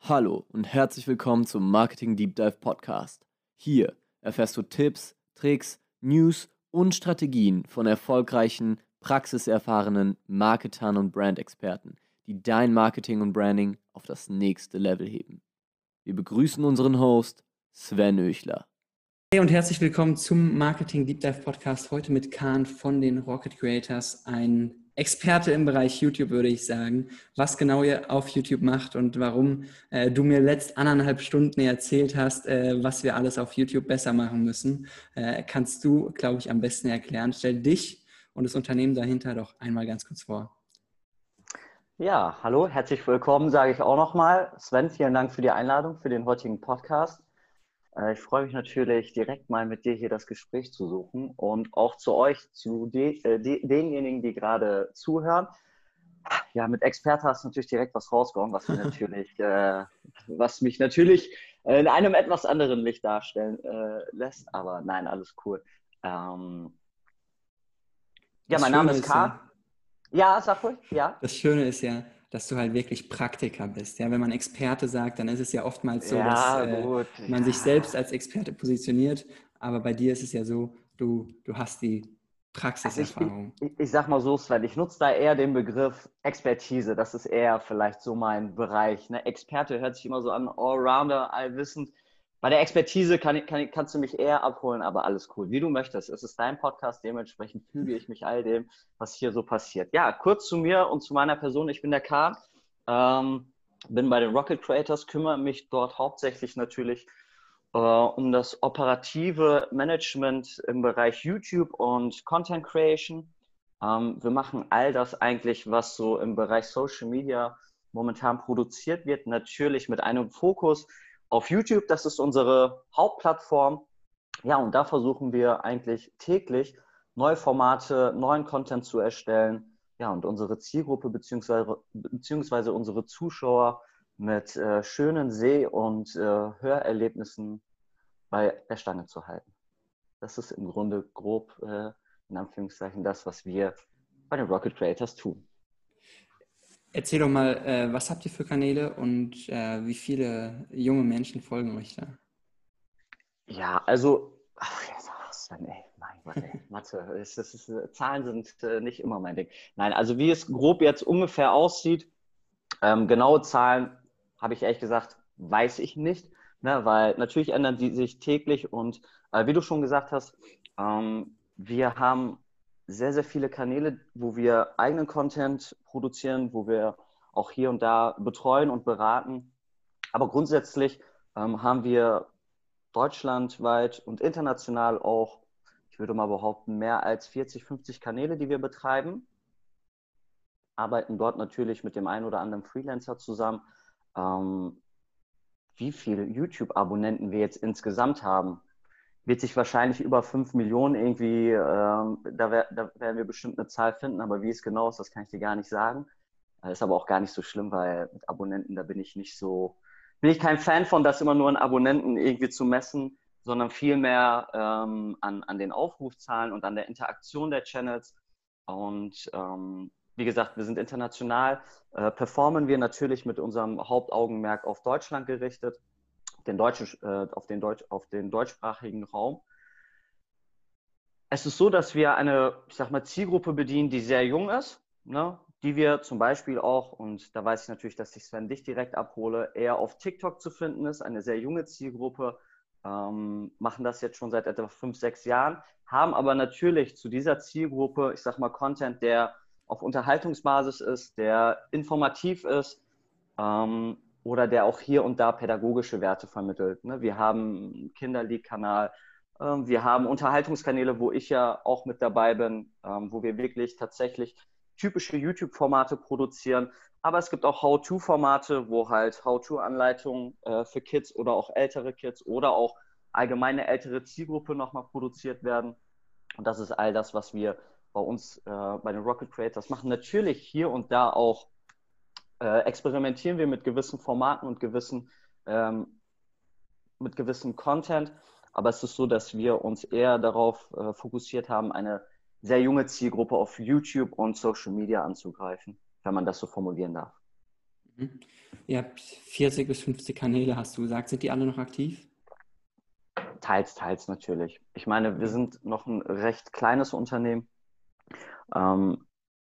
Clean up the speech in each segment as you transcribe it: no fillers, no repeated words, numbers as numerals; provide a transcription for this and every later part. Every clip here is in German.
Hallo und herzlich willkommen zum Marketing Deep Dive Podcast. Hier erfährst du Tipps, Tricks, News und Strategien von erfolgreichen, praxiserfahrenen Marketern und Brandexperten, die dein Marketing und Branding auf das nächste Level heben. Wir begrüßen unseren Host Sven Oechler. Hey und herzlich willkommen zum Marketing Deep Dive Podcast. Heute mit Kahn von den Rocket Creators, ein Experte im Bereich YouTube, würde ich sagen. Was genau ihr auf YouTube macht und warum du mir letzt 1,5 Stunden erzählt hast, was wir alles auf YouTube besser machen müssen, kannst du, glaube ich, am besten erklären. Stell dich und das Unternehmen dahinter doch einmal ganz kurz vor. Ja, hallo, herzlich willkommen, sage ich auch nochmal. Sven, vielen Dank für die Einladung für den heutigen Podcast. Ich freue mich natürlich, direkt mal mit dir hier das Gespräch zu suchen und auch zu euch, zu denjenigen, die gerade zuhören. Ja, mit Experte hast du natürlich direkt was rausgehauen, was mich natürlich in einem etwas anderen Licht darstellen lässt. Aber nein, alles cool. Ja, mein Name ist Kahn. Ja, sag ruhig, ja. Das Schöne ist ja, dass du halt wirklich Praktiker bist. Ja, wenn man Experte sagt, dann ist es ja oftmals so, dass man sich selbst als Experte positioniert. Aber bei dir ist es ja so, du hast die Praxiserfahrung. Also ich sag mal so, Sven, ich nutze da eher den Begriff Expertise. Das ist eher vielleicht so mein Bereich. Ne? Experte hört sich immer so an, Allrounder, allwissend. Bei der Expertise kannst du mich eher abholen, aber alles cool, wie du möchtest. Es ist dein Podcast, dementsprechend füge ich mich all dem, was hier so passiert. Ja, kurz zu mir und zu meiner Person. Ich bin der Kahn, bin bei den Rocket Creators, kümmere mich dort hauptsächlich natürlich um das operative Management im Bereich YouTube und Content Creation. Wir machen all das eigentlich, was so im Bereich Social Media momentan produziert wird, natürlich mit einem Fokus auf YouTube. Das ist unsere Hauptplattform. Ja, und da versuchen wir eigentlich täglich neue Formate, neuen Content zu erstellen. Ja, und unsere Zielgruppe beziehungsweise unsere Zuschauer mit schönen Seh- und Hörerlebnissen bei der Stange zu halten. Das ist im Grunde grob, in Anführungszeichen, das, was wir bei den Rocket Creators tun. Erzähl doch mal, was habt ihr für Kanäle und wie viele junge Menschen folgen euch da? Ja, also, mein Gott, Mathe, Zahlen sind nicht immer mein Ding. Nein, also wie es grob jetzt ungefähr aussieht, genaue Zahlen habe ich ehrlich gesagt, weiß ich nicht, ne, weil natürlich ändern die sich täglich und wie du schon gesagt hast, wir haben sehr, sehr viele Kanäle, wo wir eigenen Content produzieren, wo wir auch hier und da betreuen und beraten. Aber grundsätzlich haben wir deutschlandweit und international auch, ich würde mal behaupten, mehr als 40, 50 Kanäle, die wir betreiben. Arbeiten dort natürlich mit dem einen oder anderen Freelancer zusammen. Wie viele YouTube-Abonnenten wir jetzt insgesamt haben, wird sich wahrscheinlich über 5 Millionen irgendwie, da werden wir bestimmt eine Zahl finden, aber wie es genau ist, das kann ich dir gar nicht sagen. Ist aber auch gar nicht so schlimm, weil mit Abonnenten, da bin ich kein Fan von, das immer nur an Abonnenten irgendwie zu messen, sondern vielmehr an den Aufrufzahlen und an der Interaktion der Channels. Und wie gesagt, wir sind international, performen wir natürlich mit unserem Hauptaugenmerk auf Deutschland gerichtet, auf den deutschsprachigen Raum. Es ist so, dass wir eine, ich sag mal, Zielgruppe bedienen, die sehr jung ist, ne? Die wir zum Beispiel auch, und da weiß ich natürlich, dass ich Sven dich direkt abhole, eher auf TikTok zu finden ist, eine sehr junge Zielgruppe, machen das jetzt schon seit etwa 5, 6 Jahren, haben aber natürlich zu dieser Zielgruppe, ich sag mal, Content, der auf Unterhaltungsbasis ist, der informativ ist, oder der auch hier und da pädagogische Werte vermittelt. Ne? Wir haben einen Kinderlied-Kanal, wir haben Unterhaltungskanäle, wo ich ja auch mit dabei bin, wo wir wirklich tatsächlich typische YouTube-Formate produzieren. Aber es gibt auch How-To-Formate, wo halt How-To-Anleitungen für Kids oder auch ältere Kids oder auch allgemeine ältere Zielgruppe nochmal produziert werden. Und das ist all das, was wir bei uns bei den Rocket Creators machen. Natürlich hier und da auch experimentieren wir mit gewissen Formaten und mit gewissem Content. Aber es ist so, dass wir uns eher darauf fokussiert haben, eine sehr junge Zielgruppe auf YouTube und Social Media anzugreifen, wenn man das so formulieren darf. Mhm. Ihr habt 40 bis 50 Kanäle, hast du gesagt. Sind die alle noch aktiv? Teils, teils natürlich. Ich meine, wir sind noch ein recht kleines Unternehmen. Ähm,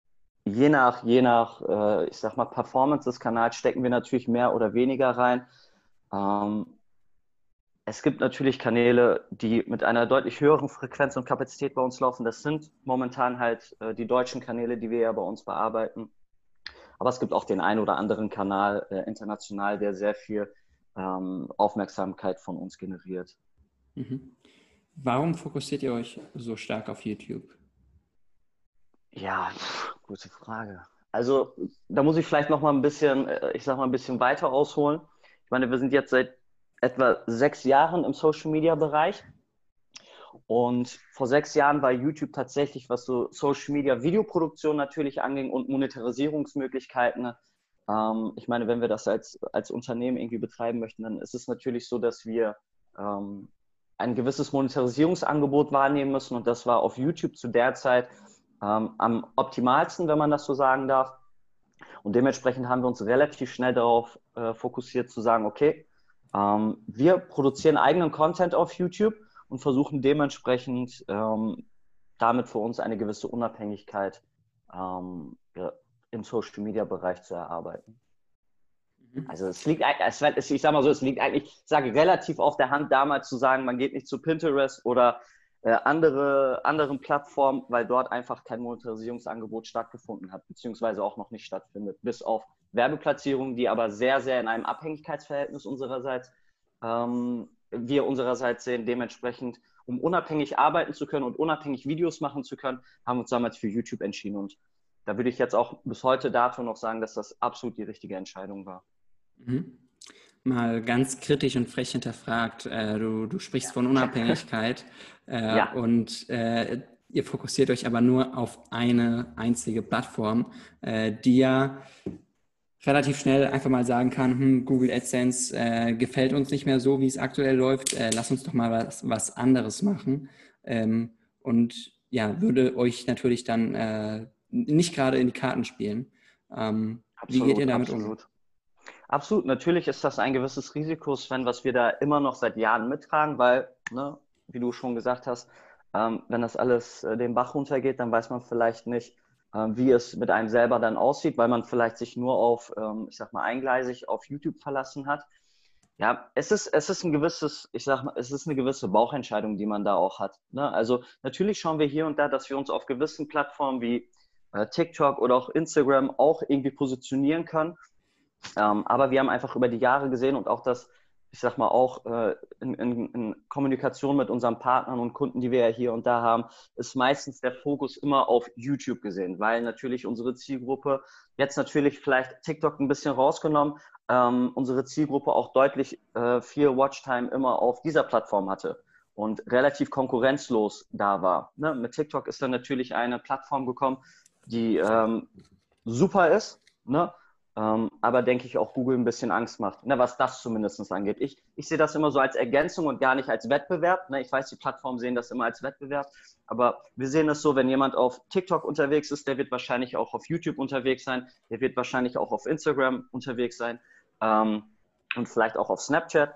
ich sag mal, Performance des Kanals stecken wir natürlich mehr oder weniger rein. Ähm, Es gibt natürlich Kanäle, die mit einer deutlich höheren Frequenz und Kapazität bei uns laufen. Das sind momentan halt die deutschen Kanäle, die wir ja bei uns bearbeiten. Aber es gibt auch den einen oder anderen Kanal international, der sehr viel Aufmerksamkeit von uns generiert. Mhm. Warum fokussiert ihr euch so stark auf YouTube? Ja, gute Frage. Also da muss ich vielleicht noch mal ein bisschen, ich sag mal, ein bisschen weiter ausholen. Ich meine, wir sind jetzt seit etwa 6 Jahren im Social-Media-Bereich. Und vor 6 Jahren war YouTube tatsächlich, was so Social Media Videoproduktion natürlich anging und Monetarisierungsmöglichkeiten. Ich meine, wenn wir das als Unternehmen irgendwie betreiben möchten, dann ist es natürlich so, dass wir ein gewisses Monetarisierungsangebot wahrnehmen müssen. Und das war auf YouTube zu der Zeit am optimalsten, wenn man das so sagen darf. Und dementsprechend haben wir uns relativ schnell darauf fokussiert zu sagen, okay, wir produzieren eigenen Content auf YouTube und versuchen dementsprechend damit für uns eine gewisse Unabhängigkeit ja, im Social-Media-Bereich zu erarbeiten. Mhm. Also ich sage mal so, es liegt eigentlich, ich sage relativ auf der Hand damals zu sagen, man geht nicht zu Pinterest oder anderen Plattformen, weil dort einfach kein Monetarisierungsangebot stattgefunden hat, beziehungsweise auch noch nicht stattfindet, bis auf Werbeplatzierungen, die aber sehr, sehr in einem Abhängigkeitsverhältnis wir unsererseits sehen. Dementsprechend, um unabhängig arbeiten zu können und unabhängig Videos machen zu können, haben wir uns damals für YouTube entschieden. Und da würde ich jetzt auch bis heute dato noch sagen, dass das absolut die richtige Entscheidung war. Mhm. Mal ganz kritisch und frech hinterfragt, du sprichst von Unabhängigkeit Ja, und ihr fokussiert euch aber nur auf eine einzige Plattform, die ja relativ schnell einfach mal sagen kann, Google AdSense gefällt uns nicht mehr so, wie es aktuell läuft, lass uns doch mal was anderes machen. Und ja, würde euch natürlich dann nicht gerade in die Karten spielen. Wie geht ihr absolut, damit um? absolut. Absolut, natürlich ist das ein gewisses Risiko, Sven, was wir da immer noch seit Jahren mittragen, weil, ne, wie du schon gesagt hast, wenn das alles den Bach runtergeht, dann weiß man vielleicht nicht, wie es mit einem selber dann aussieht, weil man vielleicht sich nur auf, ich sag mal, eingleisig auf YouTube verlassen hat. Ja, es ist ein gewisses, ich sag mal, es ist eine gewisse Bauchentscheidung, die man da auch hat. Ne? Also natürlich schauen wir hier und da, dass wir uns auf gewissen Plattformen wie TikTok oder auch Instagram auch irgendwie positionieren können. Aber wir haben einfach über die Jahre gesehen und auch das, ich sag mal, auch in Kommunikation mit unseren Partnern und Kunden, die wir ja hier und da haben, ist meistens der Fokus immer auf YouTube gesehen, weil natürlich unsere Zielgruppe, jetzt natürlich vielleicht TikTok ein bisschen rausgenommen, unsere Zielgruppe auch deutlich viel Watchtime immer auf dieser Plattform hatte und relativ konkurrenzlos da war. Ne? Mit TikTok ist dann natürlich eine Plattform gekommen, die super ist, ne? Aber denke ich auch Google ein bisschen Angst macht, ne, was das zumindest angeht. Ich sehe das immer so als Ergänzung und gar nicht als Wettbewerb. Ne? Ich weiß, die Plattformen sehen das immer als Wettbewerb, aber wir sehen es so, wenn jemand auf TikTok unterwegs ist, der wird wahrscheinlich auch auf YouTube unterwegs sein, der wird wahrscheinlich auch auf Instagram unterwegs sein ähm, und vielleicht auch auf Snapchat.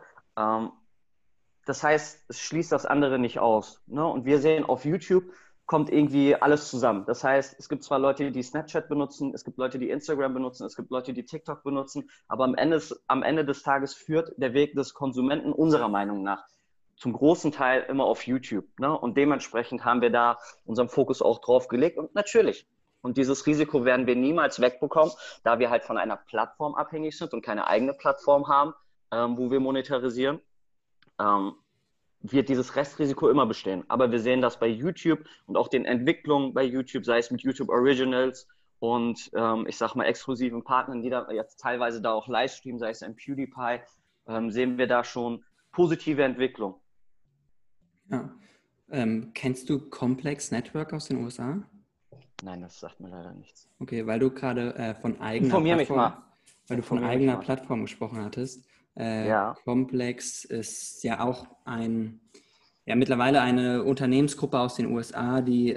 Das heißt, es schließt das andere nicht aus. Ne? Und wir sehen, auf YouTube kommt irgendwie alles zusammen. Das heißt, es gibt zwar Leute, die Snapchat benutzen, es gibt Leute, die Instagram benutzen, es gibt Leute, die TikTok benutzen, aber am Ende des Tages führt der Weg des Konsumenten unserer Meinung nach zum großen Teil immer auf YouTube. Ne? Und dementsprechend haben wir da unseren Fokus auch drauf gelegt. Und natürlich, und dieses Risiko werden wir niemals wegbekommen, da wir halt von einer Plattform abhängig sind und keine eigene Plattform haben, wo wir monetarisieren, ähm, wird dieses Restrisiko immer bestehen. Aber wir sehen das bei YouTube und auch den Entwicklungen bei YouTube, sei es mit YouTube Originals und ich sag mal exklusiven Partnern, die da jetzt teilweise da auch Livestreamen, sei es ein PewDiePie, sehen wir da schon positive Entwicklung. Ja. Kennst du Complex Network aus den USA? Nein, das sagt mir leider nichts. Okay, weil du gerade Informier mich mal. von Informier mich eigener mal. Plattform gesprochen hattest. Ja, Complex ist ja auch mittlerweile eine Unternehmensgruppe aus den USA, die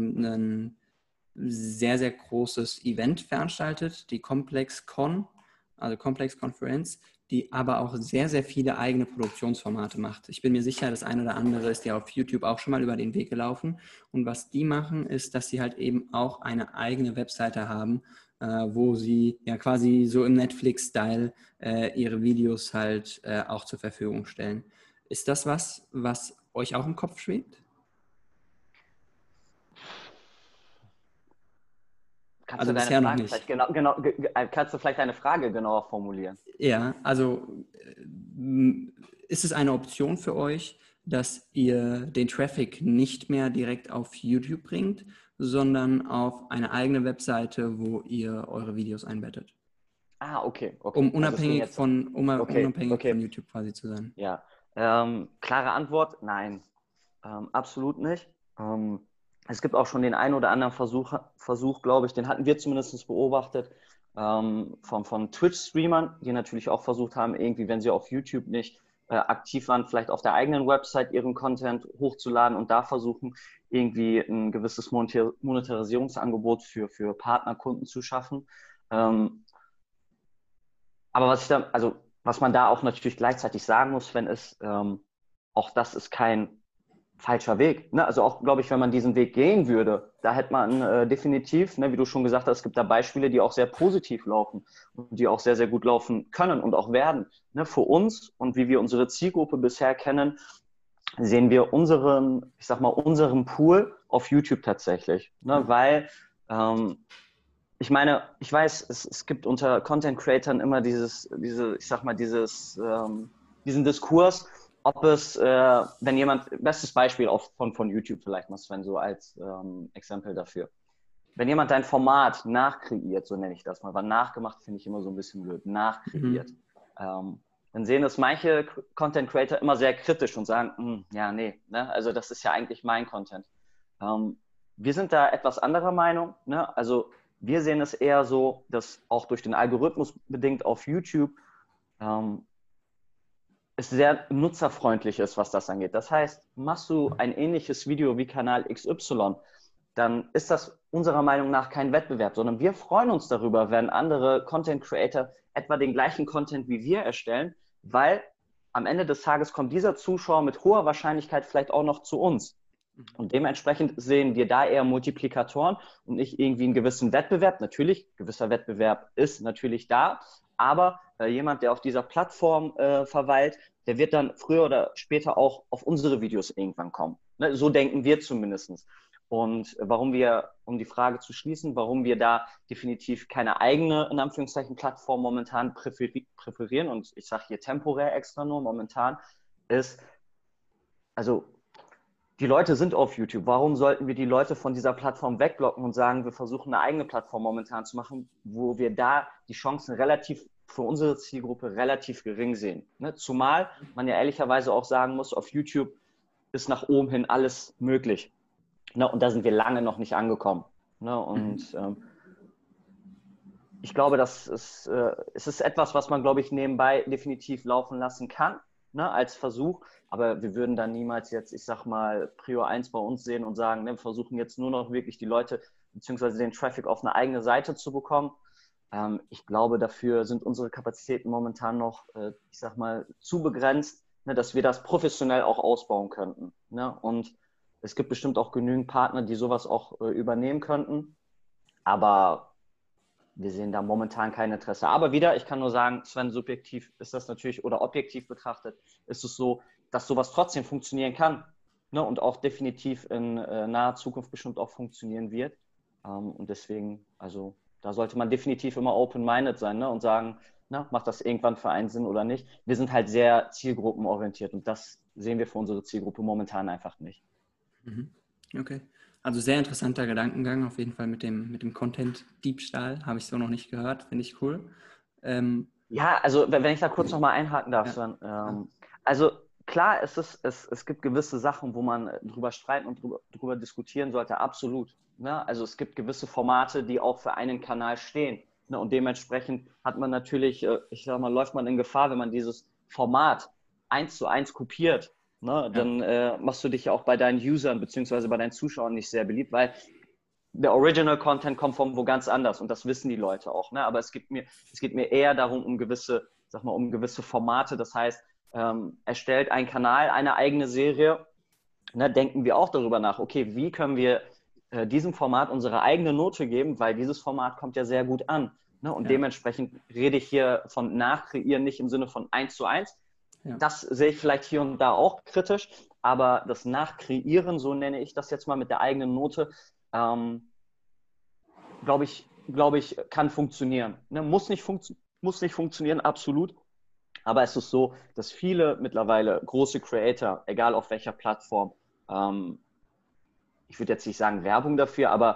ein sehr, sehr großes Event veranstaltet, die ComplexCon. also Complex Conference, die aber auch sehr, sehr viele eigene Produktionsformate macht. Ich bin mir sicher, das eine oder andere ist ja auf YouTube auch schon mal über den Weg gelaufen. Und was die machen, ist, dass sie halt eben auch eine eigene Webseite haben, wo sie ja quasi so im Netflix-Style ihre Videos halt auch zur Verfügung stellen. Ist das was euch auch im Kopf schwebt? Kannst du Also deine bisher noch Frage nicht. vielleicht kannst du vielleicht deine Frage genauer formulieren? Ja, also ist es eine Option für euch, dass ihr den Traffic nicht mehr direkt auf YouTube bringt, sondern auf eine eigene Webseite, wo ihr eure Videos einbettet? Ah, okay, Um okay. Also es ging unabhängig jetzt, okay, unabhängig von okay, YouTube quasi zu sein. ja. Klare Antwort, nein, absolut nicht. Es gibt auch schon den einen oder anderen Versuch, glaube ich, den hatten wir zumindest beobachtet, von Twitch-Streamern, die natürlich auch versucht haben, irgendwie, wenn sie auf YouTube nicht aktiv waren, vielleicht auf der eigenen Website ihren Content hochzuladen und da versuchen, irgendwie ein gewisses Monetarisierungsangebot für Partnerkunden zu schaffen. Aber was man da auch natürlich gleichzeitig sagen muss, Sven, ist, auch das ist kein falscher Weg. Ne? Also auch, glaube ich, wenn man diesen Weg gehen würde, da hätte man definitiv, ne, wie du schon gesagt hast, es gibt da Beispiele, die auch sehr positiv laufen und die auch sehr, sehr gut laufen können und auch werden. Ne? Für uns und wie wir unsere Zielgruppe bisher kennen, sehen wir unseren Pool auf YouTube tatsächlich. Ne? Weil ich meine, ich weiß, es gibt unter Content Creatern immer diesen Diskurs, ob es, wenn jemand, bestes Beispiel von YouTube vielleicht mal, Sven, so als Exempel dafür. Wenn jemand dein Format nachkreiert, so nenne ich das mal, weil nachgemacht finde ich immer so ein bisschen blöd, nachkreiert, dann sehen es manche Content Creator immer sehr kritisch und sagen, ja, nee, ne? Also das ist ja eigentlich mein Content. Wir sind da etwas anderer Meinung, ne? Also wir sehen es eher so, dass auch durch den Algorithmus bedingt auf YouTube es sehr nutzerfreundlich ist, was das angeht. Das heißt, machst du ein ähnliches Video wie Kanal XY, dann ist das unserer Meinung nach kein Wettbewerb, sondern wir freuen uns darüber, wenn andere Content Creator etwa den gleichen Content wie wir erstellen, weil am Ende des Tages kommt dieser Zuschauer mit hoher Wahrscheinlichkeit vielleicht auch noch zu uns. Und dementsprechend sehen wir da eher Multiplikatoren und nicht irgendwie einen gewissen Wettbewerb. Natürlich, gewisser Wettbewerb ist natürlich da, aber jemand, der auf dieser Plattform verweilt, der wird dann früher oder später auch auf unsere Videos irgendwann kommen. Ne? So denken wir zumindest. Und um die Frage zu schließen, warum wir da definitiv keine eigene, in Anführungszeichen, Plattform momentan präferieren, und ich sage hier temporär extra nur momentan, ist, also die Leute sind auf YouTube. Warum sollten wir die Leute von dieser Plattform wegblocken und sagen, wir versuchen eine eigene Plattform momentan zu machen, wo wir da die Chancen für unsere Zielgruppe relativ gering sehen. Ne? Zumal man ja ehrlicherweise auch sagen muss, auf YouTube ist nach oben hin alles möglich. Ne? Und da sind wir lange noch nicht angekommen. Ne? Und ich glaube, es ist etwas, was man, glaube ich, nebenbei definitiv laufen lassen kann, ne, als Versuch. Aber wir würden dann niemals jetzt, ich sag mal, Prio 1 bei uns sehen und sagen, ne, wir versuchen jetzt nur noch wirklich die Leute bzw. den Traffic auf eine eigene Seite zu bekommen. Ich glaube, dafür sind unsere Kapazitäten momentan noch, ich sag mal, zu begrenzt, ne, dass wir das professionell auch ausbauen könnten. Ne? Und es gibt bestimmt auch genügend Partner, die sowas auch übernehmen könnten. Aber wir sehen da momentan kein Interesse. Aber wieder, ich kann nur sagen, Sven, subjektiv ist das natürlich, oder objektiv betrachtet, ist es so, dass sowas trotzdem funktionieren kann, ne? Und auch definitiv in naher Zukunft bestimmt auch funktionieren wird. Und deswegen, also da sollte man definitiv immer open-minded sein, ne? Und sagen, na, macht das irgendwann für einen Sinn oder nicht? Wir sind halt sehr zielgruppenorientiert und das sehen wir für unsere Zielgruppe momentan einfach nicht. Okay. Also sehr interessanter Gedankengang, auf jeden Fall mit dem Content-Diebstahl. Habe ich so noch nicht gehört, finde ich cool. Ja, also wenn ich da kurz nochmal einhaken darf, Ja. Sven. Also klar, es gibt gewisse Sachen, wo man drüber streiten und drüber diskutieren sollte, absolut. Ne? Also es gibt gewisse Formate, die auch für einen Kanal stehen. Ne? Und dementsprechend hat man natürlich, ich sag mal, läuft man in Gefahr, wenn man dieses Format 1:1 kopiert. Ne? Dann machst du dich ja auch bei deinen Usern bzw. bei deinen Zuschauern nicht sehr beliebt, weil der Original Content kommt von wo ganz anders und das wissen die Leute auch. Ne? Aber es geht mir eher darum, um gewisse Formate. Das heißt, erstellt ein Kanal eine eigene Serie, ne, denken wir auch darüber nach, okay, wie können wir diesem Format unsere eigene Note geben, weil dieses Format kommt ja sehr gut an. Ne? Und dementsprechend rede ich hier von Nachkreieren, nicht im Sinne von 1:1. Ja. Das sehe ich vielleicht hier und da auch kritisch, aber das Nachkreieren, so nenne ich das jetzt mal mit der eigenen Note, glaube ich, kann funktionieren. Ne? Muss nicht funktionieren, absolut. Aber es ist so, dass viele mittlerweile große Creator, egal auf welcher Plattform, ich würde jetzt nicht sagen Werbung dafür, aber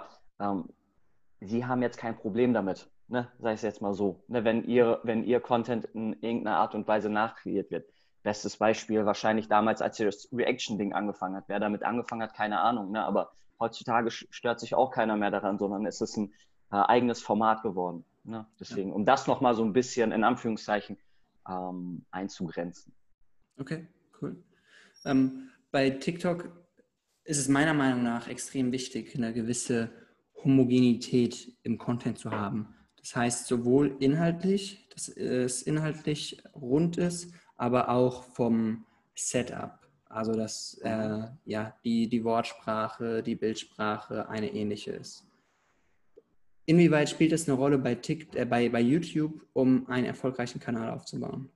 sie haben jetzt kein Problem damit, ne? Sag ich es jetzt mal so, ne? Wenn ihr Content in irgendeiner Art und Weise nachkreiert wird. Bestes Beispiel wahrscheinlich damals, als das Reaction-Ding angefangen hat. Wer damit angefangen hat, keine Ahnung, ne? Aber heutzutage stört sich auch keiner mehr daran, sondern es ist ein eigenes Format geworden. Ne? Deswegen, um das nochmal so ein bisschen in Anführungszeichen einzugrenzen. Okay, cool. Bei TikTok ist es meiner Meinung nach extrem wichtig, eine gewisse Homogenität im Content zu haben. Das heißt, sowohl inhaltlich, dass es inhaltlich rund ist, aber auch vom Setup. Also, dass die Wortsprache, die Bildsprache eine ähnliche ist. Inwieweit spielt es eine Rolle bei YouTube, um einen erfolgreichen Kanal aufzubauen?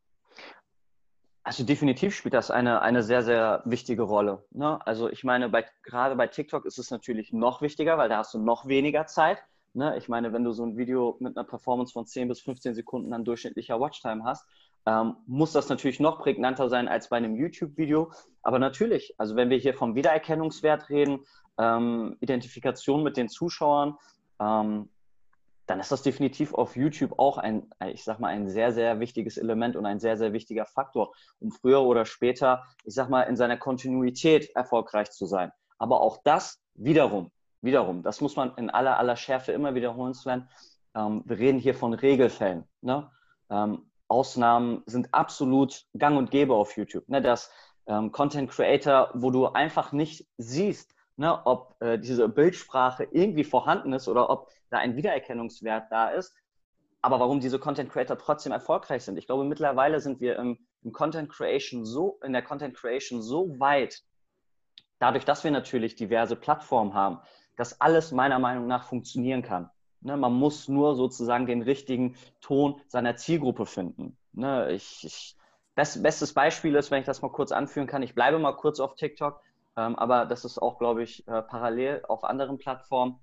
Also definitiv spielt das eine sehr, sehr wichtige Rolle. Ne? Also ich meine, gerade bei TikTok ist es natürlich noch wichtiger, weil da hast du noch weniger Zeit. Ne? Ich meine, wenn du so ein Video mit einer Performance von 10 bis 15 Sekunden an durchschnittlicher Watchtime hast, muss das natürlich noch prägnanter sein als bei einem YouTube-Video. Aber natürlich, also wenn wir hier vom Wiedererkennungswert reden, Identifikation mit den Zuschauern, dann ist das definitiv auf YouTube auch ein sehr, sehr wichtiges Element und ein sehr, sehr wichtiger Faktor, um früher oder später, in seiner Kontinuität erfolgreich zu sein. Aber auch das wiederum, das muss man in aller Schärfe immer wiederholen, Sven. Wir reden hier von Regelfällen. Ne? Ausnahmen sind absolut gang und gäbe auf YouTube. Ne? Dass Content Creator, wo du einfach nicht siehst, ne, ob diese Bildsprache irgendwie vorhanden ist oder ob da ein Wiedererkennungswert da ist, aber warum diese Content Creator trotzdem erfolgreich sind. Ich glaube, mittlerweile sind wir in der Content Creation so weit, dadurch, dass wir natürlich diverse Plattformen haben, dass alles meiner Meinung nach funktionieren kann. Ne, man muss nur sozusagen den richtigen Ton seiner Zielgruppe finden. Ne, bestes Beispiel ist, wenn ich das mal kurz anführen kann, ich bleibe mal kurz auf TikTok, aber das ist auch, glaube ich, parallel auf anderen Plattformen.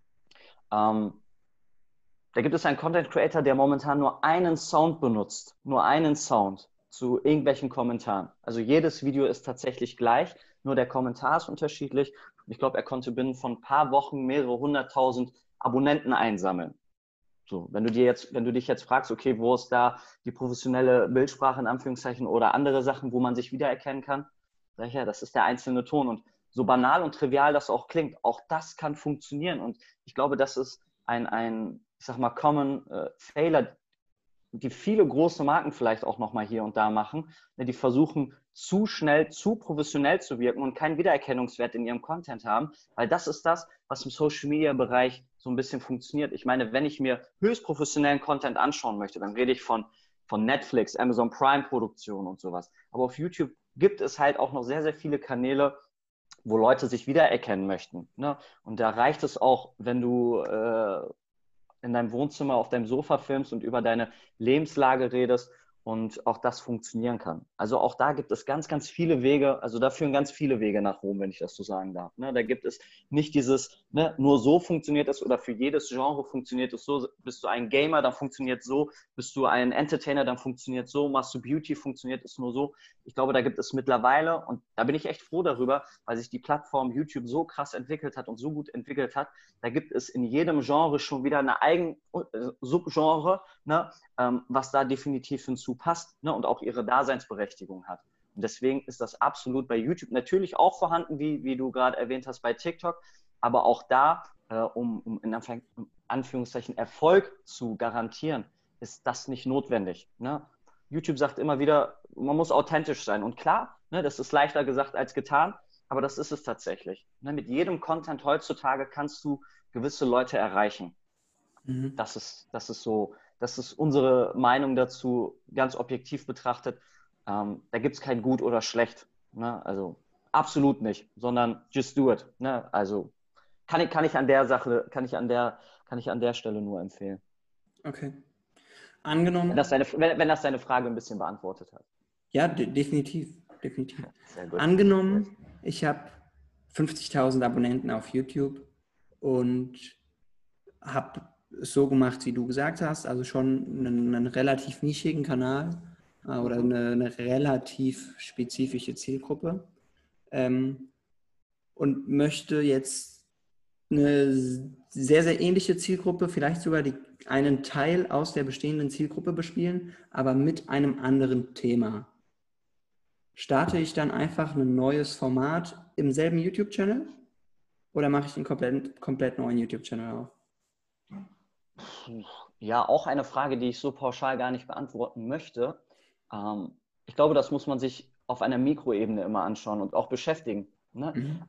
Da gibt es einen Content Creator, der momentan nur einen Sound benutzt, nur einen Sound zu irgendwelchen Kommentaren. Also jedes Video ist tatsächlich gleich, nur der Kommentar ist unterschiedlich. Ich glaube, er konnte binnen von ein paar Wochen mehrere 100.000 Abonnenten einsammeln. So, wenn du dich jetzt fragst, okay, wo ist da die professionelle Bildsprache in Anführungszeichen oder andere Sachen, wo man sich wiedererkennen kann, sag ich ja, das ist der einzelne Ton. Und so banal und trivial das auch klingt, auch das kann funktionieren. Und ich glaube, das ist ein Common Failure, die viele große Marken vielleicht auch nochmal hier und da machen. Die versuchen zu schnell, zu professionell zu wirken und keinen Wiedererkennungswert in ihrem Content haben, weil das ist das, was im Social-Media-Bereich so ein bisschen funktioniert. Ich meine, wenn ich mir höchst professionellen Content anschauen möchte, dann rede ich von Netflix, Amazon Prime-Produktionen und sowas. Aber auf YouTube gibt es halt auch noch sehr, sehr viele Kanäle, wo Leute sich wiedererkennen möchten. Ne? Und da reicht es auch, wenn du in deinem Wohnzimmer auf deinem Sofa filmst und über deine Lebenslage redest und auch das funktionieren kann. Also auch da gibt es ganz, ganz viele Wege, also da führen ganz viele Wege nach Rom, wenn ich das so sagen darf. Ne? Da gibt es nicht dieses, ne, nur so funktioniert es oder für jedes Genre funktioniert es so. Bist du ein Gamer, dann funktioniert es so. Bist du ein Entertainer, dann funktioniert es so. Machst du Beauty, funktioniert es nur so. Ich glaube, da gibt es mittlerweile, und da bin ich echt froh darüber, weil sich die Plattform YouTube so krass entwickelt hat und so gut entwickelt hat, da gibt es in jedem Genre schon wieder eine eigene Subgenre, ne, was da definitiv hinzupasst, ne, und auch ihre Daseinsberechtigung hat. Und deswegen ist das absolut bei YouTube natürlich auch vorhanden, wie du gerade erwähnt hast, bei TikTok, aber auch da, um in Anführungszeichen Erfolg zu garantieren, ist das nicht notwendig. Ne? YouTube sagt immer wieder, man muss authentisch sein. Und klar, ne, das ist leichter gesagt als getan, aber das ist es tatsächlich. Ne, mit jedem Content heutzutage kannst du gewisse Leute erreichen. Mhm. Das ist so, das ist unsere Meinung dazu, ganz objektiv betrachtet. Da gibt es kein Gut oder Schlecht. Ne? Also absolut nicht, sondern just do it. Ne? Also kann ich an der Sache, kann ich an der Stelle nur empfehlen. Okay. Wenn Angenommen, wenn das deine Frage ein bisschen beantwortet hat. ja, definitiv, definitiv. Sehr gut. Angenommen, ich habe 50.000 Abonnenten auf YouTube und habe es so gemacht, wie du gesagt hast, also schon einen relativ nischigen Kanal oder Mhm. eine relativ spezifische Zielgruppe und möchte jetzt eine sehr, sehr ähnliche Zielgruppe, vielleicht sogar einen Teil aus der bestehenden Zielgruppe bespielen, aber mit einem anderen Thema. Starte ich dann einfach ein neues Format im selben YouTube-Channel oder mache ich einen komplett neuen YouTube-Channel auf? Ja, auch eine Frage, die ich so pauschal gar nicht beantworten möchte. Ich glaube, das muss man sich auf einer Mikroebene immer anschauen und auch beschäftigen. Ne? Mhm.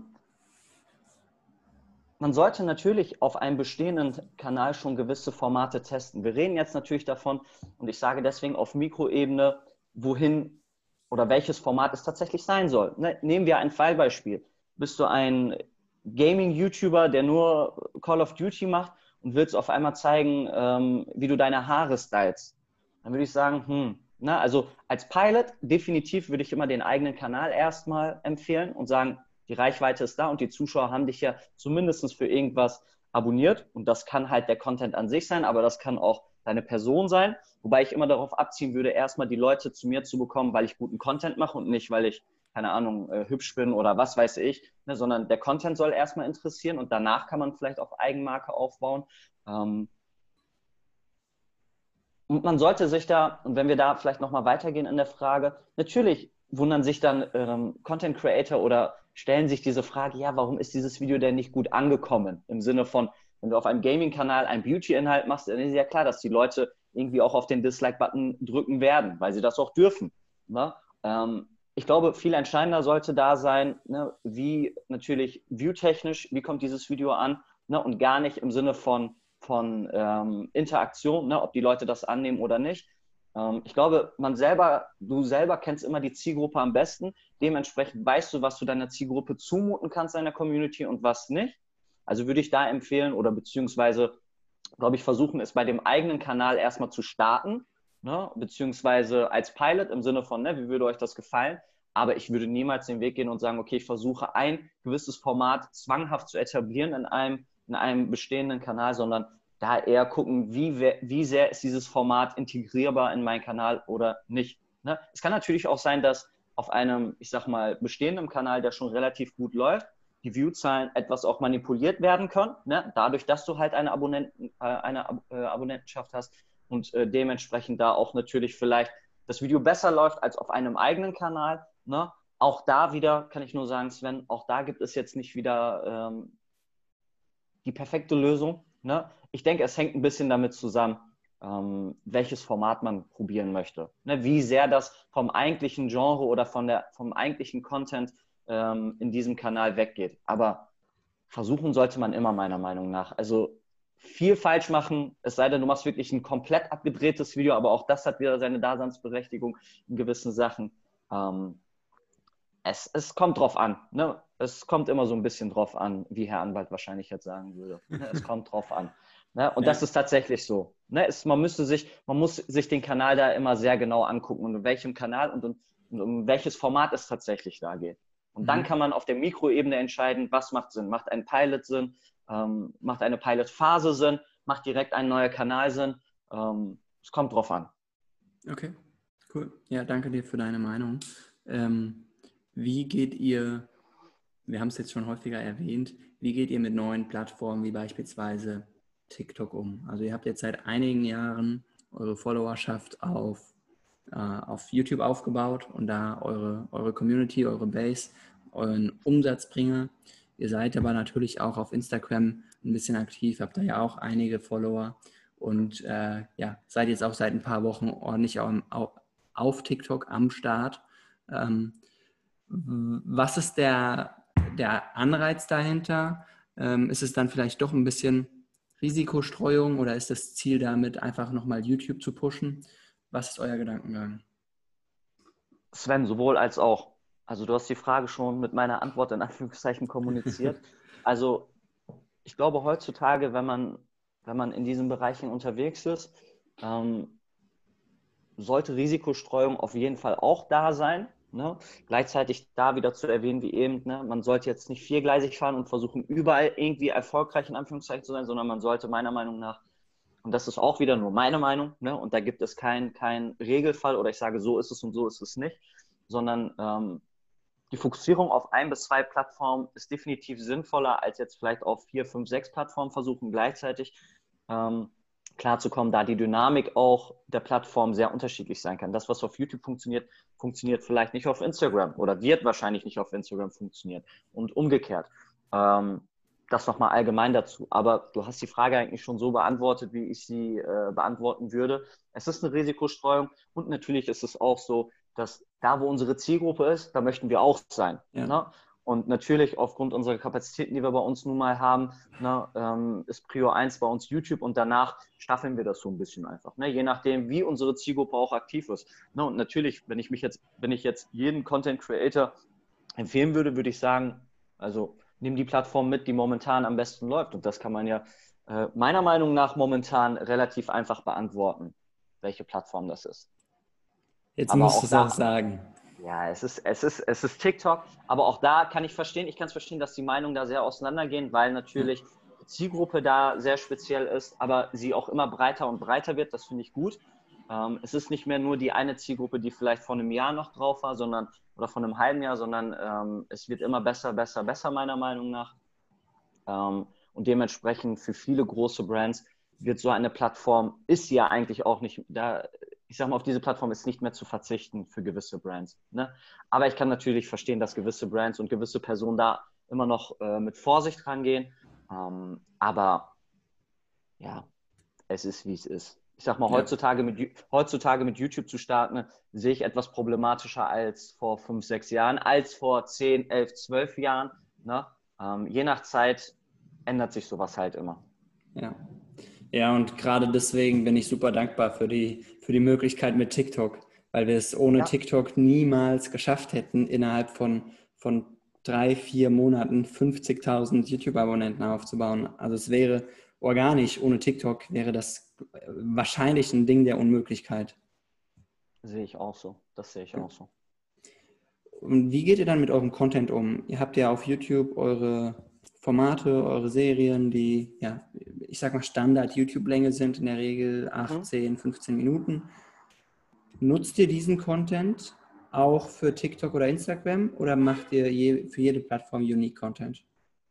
Man sollte natürlich auf einem bestehenden Kanal schon gewisse Formate testen. Wir reden jetzt natürlich davon, und ich sage deswegen auf Mikroebene, wohin oder welches Format es tatsächlich sein soll. Ne? Nehmen wir ein Fallbeispiel. Bist du ein Gaming-YouTuber, der nur Call of Duty macht und willst auf einmal zeigen, wie du deine Haare stylst? Dann würde ich sagen, na, also als Pilot definitiv würde ich immer den eigenen Kanal erstmal empfehlen und sagen, die Reichweite ist da und die Zuschauer haben dich ja zumindest für irgendwas abonniert. Und das kann halt der Content an sich sein, aber das kann auch deine Person sein. Wobei ich immer darauf abziehen würde, erstmal die Leute zu mir zu bekommen, weil ich guten Content mache und nicht, weil ich, keine Ahnung, hübsch bin oder was weiß ich, ne, sondern der Content soll erstmal interessieren und danach kann man vielleicht auf Eigenmarke aufbauen. Und man sollte sich da, und wenn wir da vielleicht nochmal weitergehen in der Frage, natürlich wundern sich dann Content Creator oder stellen sich diese Frage, ja, warum ist dieses Video denn nicht gut angekommen? Im Sinne von, wenn du auf einem Gaming-Kanal einen Beauty-Inhalt machst, dann ist ja klar, dass die Leute irgendwie auch auf den Dislike-Button drücken werden, weil sie das auch dürfen. Ne? Ich glaube, viel entscheidender sollte da sein, ne, wie natürlich viewtechnisch, wie kommt dieses Video an, ne, und gar nicht im Sinne von Interaktion, ne, ob die Leute das annehmen oder nicht. Ich glaube, du selber kennst immer die Zielgruppe am besten. Dementsprechend weißt du, was du deiner Zielgruppe zumuten kannst, deiner Community und was nicht. Also würde ich da empfehlen oder beziehungsweise, glaube ich, versuchen, es bei dem eigenen Kanal erstmal zu starten, ne, beziehungsweise als Pilot im Sinne von, ne, wie würde euch das gefallen? Aber ich würde niemals den Weg gehen und sagen, okay, ich versuche ein gewisses Format zwanghaft zu etablieren in einem bestehenden Kanal, sondern da eher gucken, wie sehr ist dieses Format integrierbar in meinen Kanal oder nicht. Ne? Es kann natürlich auch sein, dass auf einem, ich sag mal, bestehenden Kanal, der schon relativ gut läuft, die Viewzahlen etwas auch manipuliert werden können, ne? Dadurch, dass du halt eine Abonnentenschaft hast und dementsprechend da auch natürlich vielleicht das Video besser läuft als auf einem eigenen Kanal. Ne? Auch da wieder kann ich nur sagen, Sven, auch da gibt es jetzt nicht wieder die perfekte Lösung. Ne? Ich denke, es hängt ein bisschen damit zusammen, welches Format man probieren möchte. Ne? Wie sehr das vom eigentlichen Genre oder vom eigentlichen Content in diesem Kanal weggeht. Aber versuchen sollte man immer, meiner Meinung nach. Also viel falsch machen, es sei denn, du machst wirklich ein komplett abgedrehtes Video, aber auch das hat wieder seine Daseinsberechtigung in gewissen Sachen. Es kommt drauf an. Ne? Es kommt immer so ein bisschen drauf an, wie Herr Anwalt wahrscheinlich jetzt sagen würde. Ne? Es kommt drauf an. Ne? Und Ja. das ist tatsächlich so. Ne? Man muss sich den Kanal da immer sehr genau angucken und in welchem Kanal und um welches Format es tatsächlich da geht. Und dann kann man auf der Mikroebene entscheiden, was macht Sinn. Macht ein Pilot Sinn? Macht eine Pilot-Phase Sinn? Macht direkt ein neuer Kanal Sinn? Es kommt drauf an. Okay, cool. Ja, danke dir für deine Meinung. Wie geht ihr, wir haben es jetzt schon häufiger erwähnt, wie geht ihr mit neuen Plattformen wie beispielsweise TikTok um? Also ihr habt jetzt seit einigen Jahren eure Followerschaft auf YouTube aufgebaut und da eure Community, eure Base, euren Umsatzbringer. Ihr seid aber natürlich auch auf Instagram ein bisschen aktiv, habt da ja auch einige Follower und ja, seid jetzt auch seit ein paar Wochen ordentlich auf TikTok am Start. Was ist der Anreiz dahinter? Ist es dann vielleicht doch ein bisschen Risikostreuung oder ist das Ziel damit einfach nochmal YouTube zu pushen? Was ist euer Gedankengang? Sven, sowohl als auch. Also du hast die Frage schon mit meiner Antwort in Anführungszeichen kommuniziert. Also ich glaube heutzutage, wenn man in diesen Bereichen unterwegs ist, sollte Risikostreuung auf jeden Fall auch da sein. Ne? Gleichzeitig da wieder zu erwähnen, wie eben, ne? Man sollte jetzt nicht viergleisig fahren und versuchen, überall irgendwie erfolgreich in Anführungszeichen zu sein, sondern man sollte meiner Meinung nach, und das ist auch wieder nur meine Meinung, ne? Und da gibt es keinen Regelfall oder ich sage, so ist es und so ist es nicht, sondern die Fokussierung auf 1 bis 2 Plattformen ist definitiv sinnvoller, als jetzt vielleicht auf 4, 5, 6 Plattformen versuchen gleichzeitig klarzukommen, da die Dynamik auch der Plattform sehr unterschiedlich sein kann. Das, was auf YouTube funktioniert, funktioniert vielleicht nicht auf Instagram oder wird wahrscheinlich nicht auf Instagram funktionieren und umgekehrt. Das nochmal allgemein dazu. Aber du hast die Frage eigentlich schon so beantwortet, wie ich sie beantworten würde. Es ist eine Risikostreuung und natürlich ist es auch so, dass da, wo unsere Zielgruppe ist, da möchten wir auch sein. Ja. Ne? Und natürlich aufgrund unserer Kapazitäten, die wir bei uns nun mal haben, ne, ist Prio 1 bei uns YouTube und danach staffeln wir das so ein bisschen einfach. Ne? Je nachdem, wie unsere Zielgruppe auch aktiv ist. Ne? Und natürlich, wenn ich jetzt jeden Content Creator empfehlen würde, würde ich sagen, also nimm die Plattform mit, die momentan am besten läuft. Und das kann man ja meiner Meinung nach momentan relativ einfach beantworten, welche Plattform das ist. Jetzt Aber musst auch du es da, auch sagen. ja, es ist TikTok, aber auch da kann ich kann es verstehen, dass die Meinungen da sehr auseinandergehen, weil natürlich die Zielgruppe da sehr speziell ist, aber sie auch immer breiter und breiter wird, das finde ich gut. Es ist nicht mehr nur die eine Zielgruppe, die vielleicht vor einem Jahr noch drauf war, oder vor einem halben Jahr, sondern es wird immer besser, besser, besser, meiner Meinung nach. Und dementsprechend für viele große Brands wird so eine Plattform, ist sie ja eigentlich auch nicht, ich sag mal, auf diese Plattform ist nicht mehr zu verzichten für gewisse Brands. Ne? Aber ich kann natürlich verstehen, dass gewisse Brands und gewisse Personen da immer noch mit Vorsicht rangehen. Aber ja, es ist, wie es ist. Ich sag mal, Ja. heutzutage mit YouTube zu starten, sehe ich etwas problematischer als vor 5, 6 Jahren, als vor 10, 11, 12 Jahren. Ne? Je nach Zeit ändert sich sowas halt immer. Ja. Ja, und gerade deswegen bin ich super dankbar für die Möglichkeit mit TikTok, weil wir es ohne Ja. TikTok niemals geschafft hätten, innerhalb von 3, 4 Monaten 50.000 YouTube-Abonnenten aufzubauen. Also es wäre organisch, ohne TikTok wäre das wahrscheinlich ein Ding der Unmöglichkeit. Sehe ich auch so. Das sehe ich auch so. Und wie geht ihr dann mit eurem Content um? Ihr habt ja auf YouTube eure Formate, eure Serien, die, ja, ich sag mal Standard-YouTube-Länge sind, in der Regel 8, 10, 15 Minuten. Nutzt ihr diesen Content auch für TikTok oder Instagram oder macht ihr für jede Plattform Unique Content?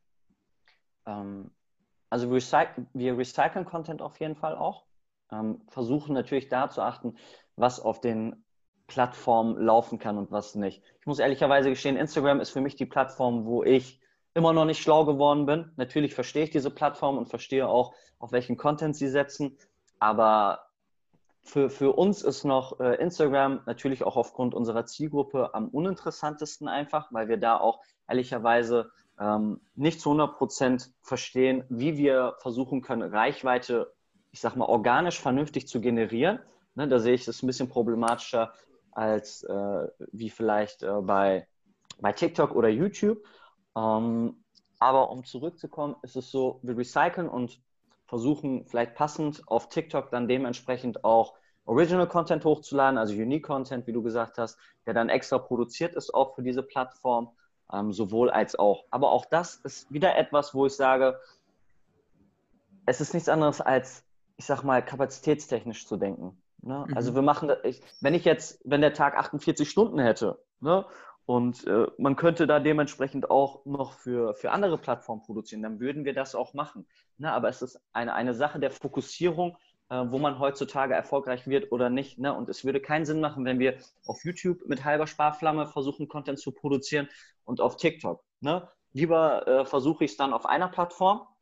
Also wir recyceln Content auf jeden Fall auch. Versuchen natürlich da zu achten, was auf den Plattformen laufen kann und was nicht. Ich muss ehrlicherweise gestehen, Instagram ist für mich die Plattform, wo ich immer noch nicht schlau geworden bin. Natürlich verstehe ich diese Plattform und verstehe auch, auf welchen Content sie setzen. Aber für uns ist noch Instagram natürlich auch aufgrund unserer Zielgruppe am uninteressantesten einfach, weil wir da auch ehrlicherweise nicht zu 100% verstehen, wie wir versuchen können, Reichweite, ich sag mal, organisch vernünftig zu generieren. Ne, da sehe ich es ein bisschen problematischer als wie vielleicht bei TikTok oder YouTube. Aber um zurückzukommen, ist es so, wir recyceln und versuchen vielleicht passend auf TikTok dann dementsprechend auch Original Content hochzuladen, also Unique Content, wie du gesagt hast, der dann extra produziert ist auch für diese Plattform, sowohl als auch. Aber auch das ist wieder etwas, wo ich sage, es ist nichts anderes als, ich sag mal, kapazitätstechnisch zu denken. Ne? Also wir machen, wenn der Tag 48 Stunden hätte, ne? Und man könnte da dementsprechend auch noch für andere Plattformen produzieren, dann würden wir das auch machen. Ne? Aber es ist eine Sache der Fokussierung, wo man heutzutage erfolgreich wird oder nicht. Ne? Und es würde keinen Sinn machen, wenn wir auf YouTube mit halber Sparflamme versuchen, Content zu produzieren und auf TikTok. Ne? Lieber versuche ich es dann auf einer Plattform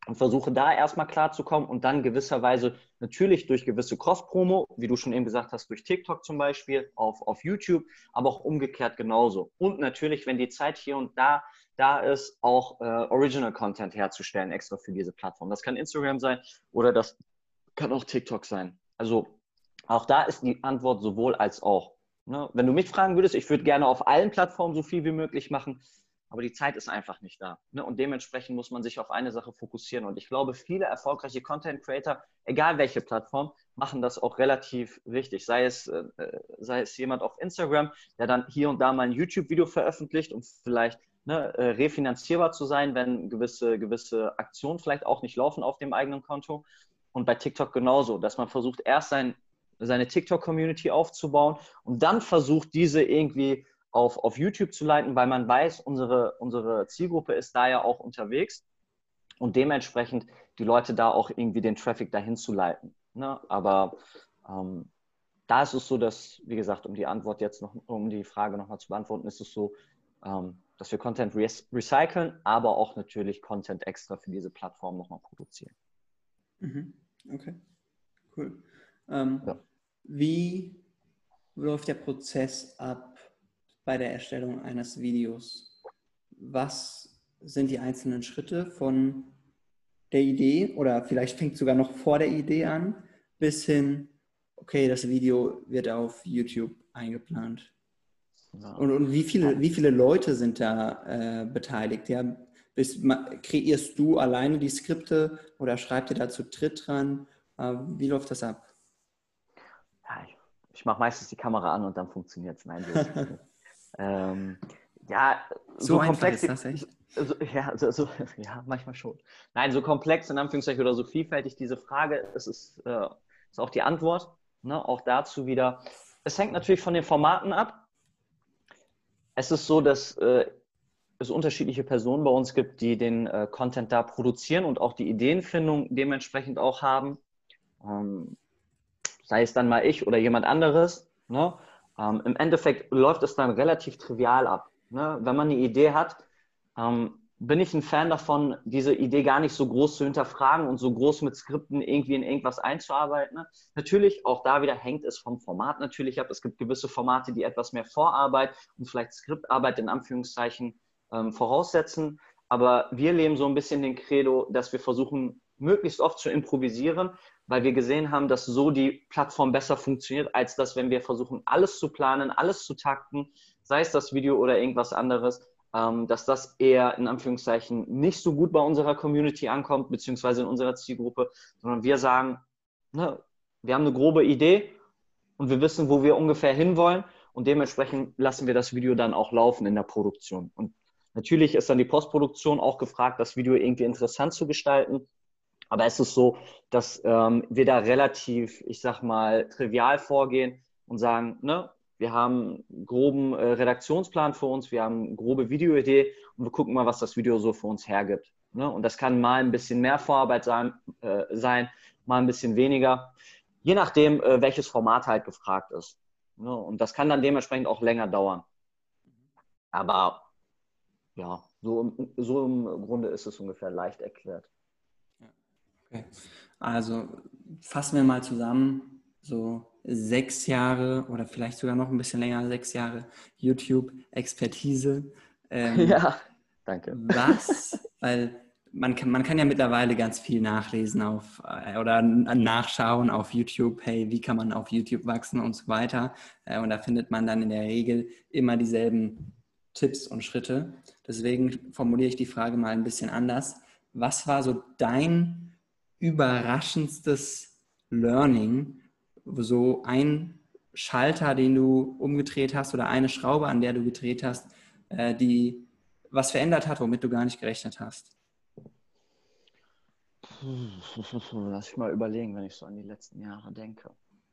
und versuche da erstmal klarzukommen und dann gewisserweise natürlich durch gewisse Cross-Promo, wie du schon eben gesagt hast, durch TikTok zum Beispiel, auf YouTube, aber auch umgekehrt genauso. Und natürlich, wenn die Zeit hier und da ist, auch Original-Content herzustellen, extra für diese Plattform. Das kann Instagram sein oder das kann auch TikTok sein. Also auch da ist die Antwort sowohl als auch. Ne? Wenn du mich fragen würdest, ich würde gerne auf allen Plattformen so viel wie möglich machen, aber die Zeit ist einfach nicht da. Ne? Und dementsprechend muss man sich auf eine Sache fokussieren. Und ich glaube, viele erfolgreiche Content Creator, egal welche Plattform, machen das auch relativ richtig. Sei es jemand auf Instagram, der dann hier und da mal ein YouTube-Video veröffentlicht, um vielleicht refinanzierbar zu sein, wenn gewisse Aktionen vielleicht auch nicht laufen auf dem eigenen Konto. Und bei TikTok genauso, dass man versucht, erst seine TikTok-Community aufzubauen und dann versucht, diese irgendwie auf YouTube zu leiten, weil man weiß, unsere Zielgruppe ist da ja auch unterwegs und dementsprechend die Leute da auch irgendwie den Traffic dahin zu leiten. Ne? Aber da ist es so, dass, wie gesagt, um die Frage nochmal zu beantworten, ist es so, dass wir Content recyceln, aber auch natürlich Content extra für diese Plattform nochmal produzieren. Okay, cool. Ja. Wie läuft der Prozess ab bei der Erstellung eines Videos? Was sind die einzelnen Schritte von der Idee oder vielleicht fängt es sogar noch vor der Idee an, bis hin, okay, das Video wird auf YouTube eingeplant? Ja. Und wie viele Leute sind da beteiligt? Ja? Kreierst du alleine die Skripte oder schreibt ihr da zu dritt dran? Wie läuft das ab? Ja, ich mache meistens die Kamera an und dann funktioniert es. Nein, so komplex ist das echt? Ja, manchmal schon. Nein, so komplex in Anführungszeichen oder so vielfältig diese Frage, ist auch die Antwort. Ne? Auch dazu wieder. Es hängt natürlich von den Formaten ab. Es ist so, dass es unterschiedliche Personen bei uns gibt, die den Content da produzieren und auch die Ideenfindung dementsprechend auch haben. Sei es dann mal ich oder jemand anderes. Ne? Im Endeffekt läuft es dann relativ trivial ab. Ne? Wenn man eine Idee hat, bin ich ein Fan davon, diese Idee gar nicht so groß zu hinterfragen und so groß mit Skripten irgendwie in irgendwas einzuarbeiten. Ne? Natürlich, auch da wieder hängt es vom Format natürlich ab. Es gibt gewisse Formate, die etwas mehr Vorarbeit und vielleicht Skriptarbeit in Anführungszeichen voraussetzen. Aber wir leben so ein bisschen den Credo, dass wir versuchen, möglichst oft zu improvisieren, weil wir gesehen haben, dass so die Plattform besser funktioniert, als dass, wenn wir versuchen, alles zu planen, alles zu takten, sei es das Video oder irgendwas anderes, dass das eher in Anführungszeichen nicht so gut bei unserer Community ankommt, beziehungsweise in unserer Zielgruppe, sondern wir sagen, ne, wir haben eine grobe Idee und wir wissen, wo wir ungefähr hinwollen und dementsprechend lassen wir das Video dann auch laufen in der Produktion. Und natürlich ist dann die Postproduktion auch gefragt, das Video irgendwie interessant zu gestalten. Aber es ist so, dass wir da relativ, ich sag mal, trivial vorgehen und sagen, ne, wir haben einen groben Redaktionsplan für uns, wir haben eine grobe Videoidee und wir gucken mal, was das Video so für uns hergibt. Ne? Und das kann mal ein bisschen mehr Vorarbeit sein, mal ein bisschen weniger, je nachdem, welches Format halt gefragt ist. Ne? Und das kann dann dementsprechend auch länger dauern. Aber ja, so im Grunde ist es ungefähr leicht erklärt. Okay. Also fassen wir mal zusammen, so 6 Jahre oder vielleicht sogar noch ein bisschen länger, 6 Jahre YouTube-Expertise. Ja, danke. Weil man kann ja mittlerweile ganz viel nachlesen oder nachschauen auf YouTube, hey, wie kann man auf YouTube wachsen und so weiter. Und da findet man dann in der Regel immer dieselben Tipps und Schritte. Deswegen formuliere ich die Frage mal ein bisschen anders. Was war so dein überraschendstes Learning, so ein Schalter, den du umgedreht hast oder eine Schraube, an der du gedreht hast, die was verändert hat, womit du gar nicht gerechnet hast? Lass ich mal überlegen, wenn ich so an die letzten Jahre denke.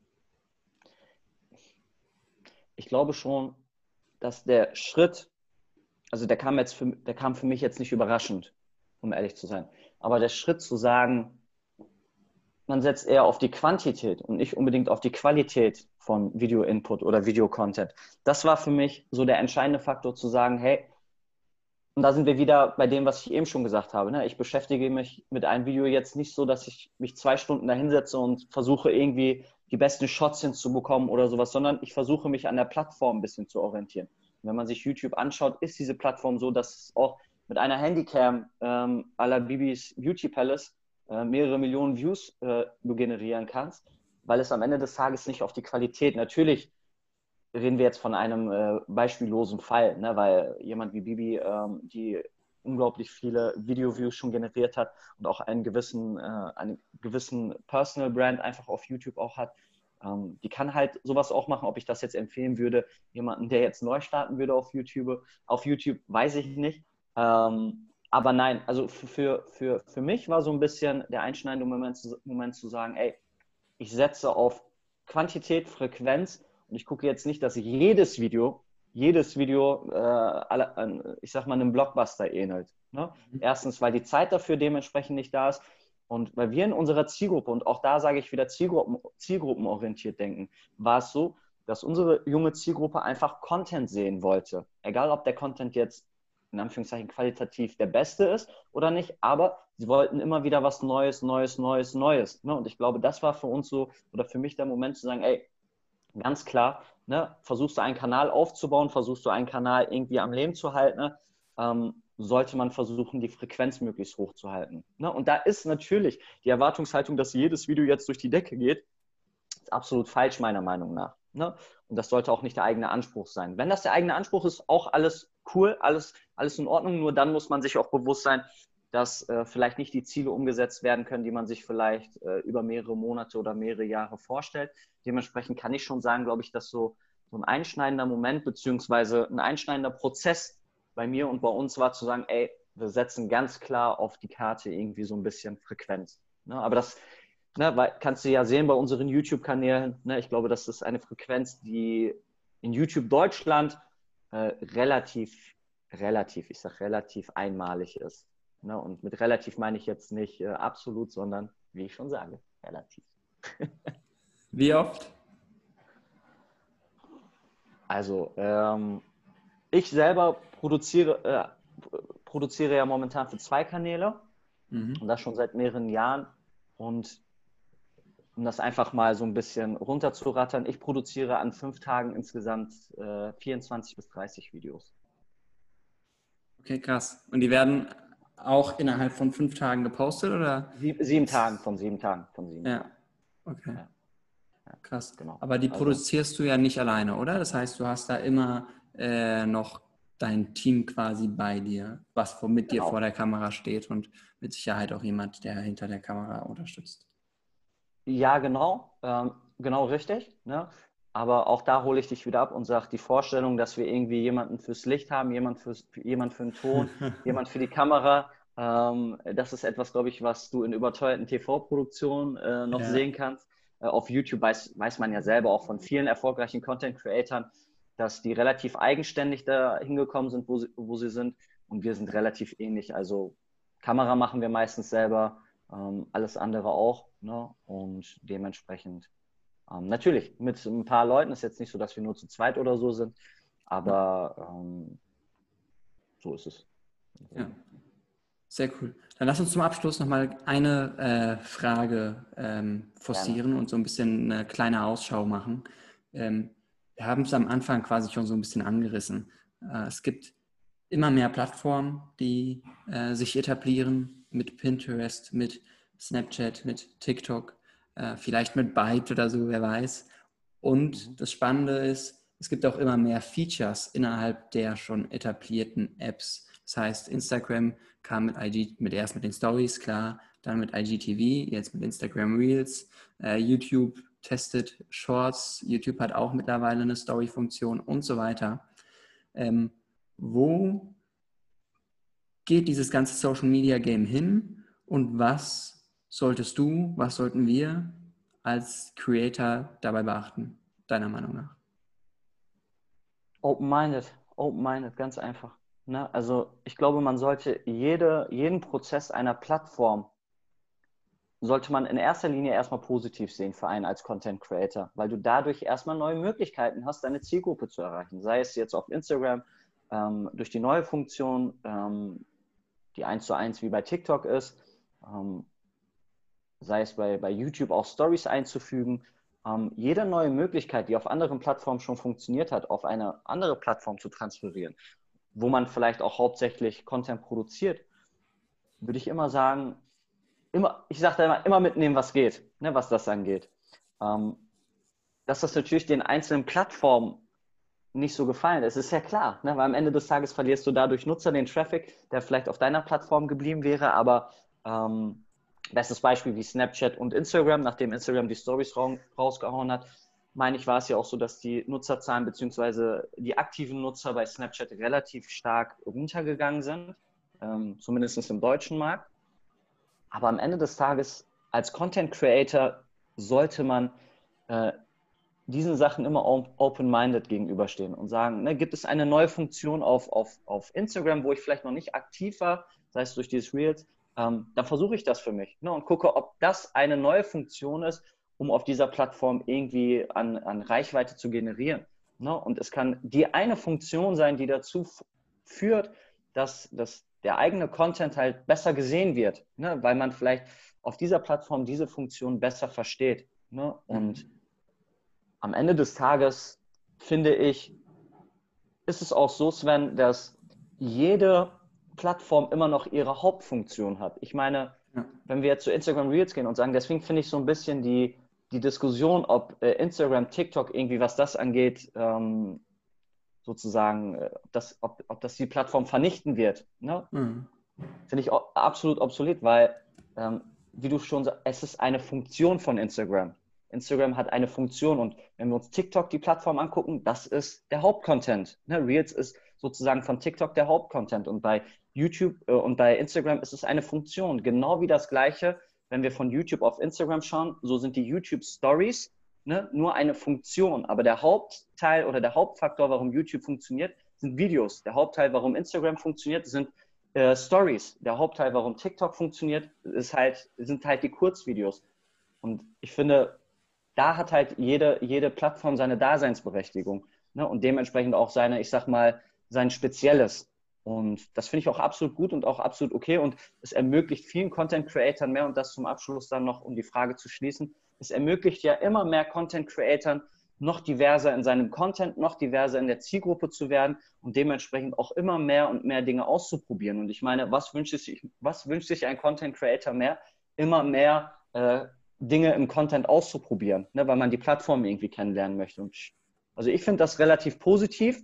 Ich glaube schon, dass der Schritt, also der kam für mich jetzt nicht überraschend, um ehrlich zu sein, aber der Schritt zu sagen, man setzt eher auf die Quantität und nicht unbedingt auf die Qualität von Video-Input oder Video-Content. Das war für mich so der entscheidende Faktor zu sagen, hey, Und da sind wir wieder bei dem, was ich eben schon gesagt habe. Ne? Ich beschäftige mich mit einem Video jetzt nicht so, dass ich mich 2 Stunden da hinsetze und versuche irgendwie die besten Shots hinzubekommen oder sowas, sondern ich versuche mich an der Plattform ein bisschen zu orientieren. Und wenn man sich YouTube anschaut, ist diese Plattform so, dass es auch mit einer Handycam à la Bibis Beauty Palace mehrere Millionen Views du generieren kannst, weil es am Ende des Tages nicht auf die Qualität, natürlich reden wir jetzt von einem beispiellosen Fall, ne, weil jemand wie Bibi, die unglaublich viele Video-Views schon generiert hat und auch einen gewissen Personal Brand einfach auf YouTube auch hat, die kann halt sowas auch machen. Ob ich das jetzt empfehlen würde, jemanden, der jetzt neu starten würde auf YouTube, weiß ich nicht. Aber nein, also für mich war so ein bisschen der einschneidende Moment zu sagen, ey, ich setze auf Quantität, Frequenz und ich gucke jetzt nicht, dass jedes Video ich sag mal, einem Blockbuster ähnelt. Ne? Erstens, weil die Zeit dafür dementsprechend nicht da ist und weil wir in unserer Zielgruppe, und auch da sage ich wieder zielgruppenorientiert denken, war es so, dass unsere junge Zielgruppe einfach Content sehen wollte. Egal, ob der Content jetzt in Anführungszeichen qualitativ der beste ist oder nicht, aber sie wollten immer wieder was Neues. Ne? Und ich glaube, das war für uns so, oder für mich der Moment zu sagen, ey, ganz klar, ne, versuchst du einen Kanal aufzubauen, versuchst du einen Kanal irgendwie am Leben zu halten, ne, sollte man versuchen, die Frequenz möglichst hoch zu halten. Ne? Und da ist natürlich die Erwartungshaltung, dass jedes Video jetzt durch die Decke geht, ist absolut falsch, meiner Meinung nach. Ne? Und das sollte auch nicht der eigene Anspruch sein. Wenn das der eigene Anspruch ist, auch alles cool, alles in Ordnung, nur dann muss man sich auch bewusst sein, dass vielleicht nicht die Ziele umgesetzt werden können, die man sich vielleicht über mehrere Monate oder mehrere Jahre vorstellt. Dementsprechend kann ich schon sagen, glaube ich, dass so ein einschneidender Moment beziehungsweise ein einschneidender Prozess bei mir und bei uns war zu sagen, ey, wir setzen ganz klar auf die Karte irgendwie so ein bisschen Frequenz. Ne? Aber das kannst du ja sehen bei unseren YouTube-Kanälen. Ne? Ich glaube, das ist eine Frequenz, die in YouTube Deutschland relativ einmalig ist. Ne? Und mit relativ meine ich jetzt nicht absolut, sondern, wie ich schon sage, relativ. Wie oft? Also, ich selber produziere ja momentan für 2 Kanäle und das schon seit mehreren Jahren. Und um das einfach mal so ein bisschen runterzurattern, ich produziere an 5 Tagen insgesamt 24 bis 30 Videos. Okay, krass. Und die werden auch innerhalb von 5 Tagen gepostet, oder? 7 Tagen von 7 Tagen. Ja, okay. Ja. Krass. Genau. Aber die produzierst du ja nicht alleine, oder? Das heißt, du hast da immer noch dein Team quasi bei dir, was mit dir vor der Kamera steht und mit Sicherheit auch jemand, der hinter der Kamera unterstützt. Ja, genau. Genau richtig. Ne? Aber auch da hole ich dich wieder ab und sage, die Vorstellung, dass wir irgendwie jemanden fürs Licht haben, jemand für den Ton, jemand für die Kamera, das ist etwas, glaube ich, was du in überteuerten TV-Produktionen noch sehen kannst. Auf YouTube weiß man ja selber auch von vielen erfolgreichen Content-Creatern, dass die relativ eigenständig da hingekommen sind, wo sie sind. Und wir sind relativ ähnlich. Also Kamera machen wir meistens selber, alles andere auch. Ne? Und dementsprechend natürlich mit ein paar Leuten. Ist jetzt nicht so, dass wir nur zu zweit oder so sind. Aber so ist es. Ja. Sehr cool. Dann lass uns zum Abschluss nochmal eine Frage forcieren und so ein bisschen eine kleine Ausschau machen. Wir haben es am Anfang quasi schon so ein bisschen angerissen. Es gibt immer mehr Plattformen, die sich etablieren mit Pinterest, mit Snapchat, mit TikTok, vielleicht mit Byte oder so, wer weiß. Und das Spannende ist, es gibt auch immer mehr Features innerhalb der schon etablierten Apps. Das heißt, Instagram kam erst mit den Stories, klar, dann mit IGTV, jetzt mit Instagram Reels, YouTube testet Shorts, YouTube hat auch mittlerweile eine Story-Funktion und so weiter. Wo geht dieses ganze Social-Media-Game hin und was sollten wir als Creator dabei beachten, deiner Meinung nach? Open-minded, ganz einfach. Ne? Also ich glaube, man sollte jeden Prozess einer Plattform sollte man in erster Linie erstmal positiv sehen für einen als Content Creator, weil du dadurch erstmal neue Möglichkeiten hast, deine Zielgruppe zu erreichen. Sei es jetzt auf Instagram, durch die neue Funktion, die 1:1 wie bei TikTok ist, sei es bei YouTube auch Stories einzufügen, jede neue Möglichkeit, die auf anderen Plattformen schon funktioniert hat, auf eine andere Plattform zu transferieren, wo man vielleicht auch hauptsächlich Content produziert, würde ich immer sagen, ich sage da immer mitnehmen, was geht, ne, was das angeht. Dass das natürlich den einzelnen Plattformen nicht so gefallen ist, ist ja klar, ne, weil am Ende des Tages verlierst du dadurch Nutzer den Traffic, der vielleicht auf deiner Plattform geblieben wäre, aber bestes Beispiel wie Snapchat und Instagram, nachdem Instagram die Stories rausgehauen hat, meine ich, war es ja auch so, dass die Nutzerzahlen bzw. die aktiven Nutzer bei Snapchat relativ stark runtergegangen sind, zumindest im deutschen Markt. Aber am Ende des Tages als Content Creator sollte man diesen Sachen immer open-minded gegenüberstehen und sagen, ne, gibt es eine neue Funktion auf Instagram, wo ich vielleicht noch nicht aktiv war, sei es durch dieses Reels, dann versuche ich das für mich, ne, und gucke, ob das eine neue Funktion ist, um auf dieser Plattform irgendwie an Reichweite zu generieren. Ne? Und es kann die eine Funktion sein, die dazu führt, dass der eigene Content halt besser gesehen wird, ne? Weil man vielleicht auf dieser Plattform diese Funktion besser versteht. Ne? Und am Ende des Tages, finde ich, ist es auch so, Sven, dass jede Plattform immer noch ihre Hauptfunktion hat. Ich meine, wenn wir jetzt zu Instagram Reels gehen und sagen, deswegen finde ich so ein bisschen die Diskussion, ob Instagram, TikTok irgendwie, was das angeht, sozusagen, ob das die Plattform vernichten wird, ne? Finde ich absolut obsolet, weil, wie du schon sagst, es ist eine Funktion von Instagram. Instagram hat eine Funktion und wenn wir uns TikTok, die Plattform angucken, das ist der Hauptcontent. Ne? Reels ist sozusagen von TikTok der Hauptcontent und bei YouTube und bei Instagram ist es eine Funktion. Genau wie das Gleiche, wenn wir von YouTube auf Instagram schauen, so sind die YouTube Stories, ne, nur eine Funktion. Aber der Hauptteil oder der Hauptfaktor, warum YouTube funktioniert, sind Videos. Der Hauptteil, warum Instagram funktioniert, sind Stories. Der Hauptteil, warum TikTok funktioniert, sind halt die Kurzvideos. Und ich finde, da hat halt jede Plattform seine Daseinsberechtigung, ne? Und dementsprechend auch ich sag mal, sein Spezielles. Und das finde ich auch absolut gut und auch absolut okay. Und es ermöglicht vielen Content-Creatern mehr, und das zum Abschluss dann noch, um die Frage zu schließen, es ermöglicht ja immer mehr Content-Creatern, noch diverser in seinem Content, noch diverser in der Zielgruppe zu werden und dementsprechend auch immer mehr und mehr Dinge auszuprobieren. Und ich meine, was wünscht sich ein Content-Creator mehr? Immer mehr Dinge im Content auszuprobieren, ne, weil man die Plattform irgendwie kennenlernen möchte. Also ich finde das relativ positiv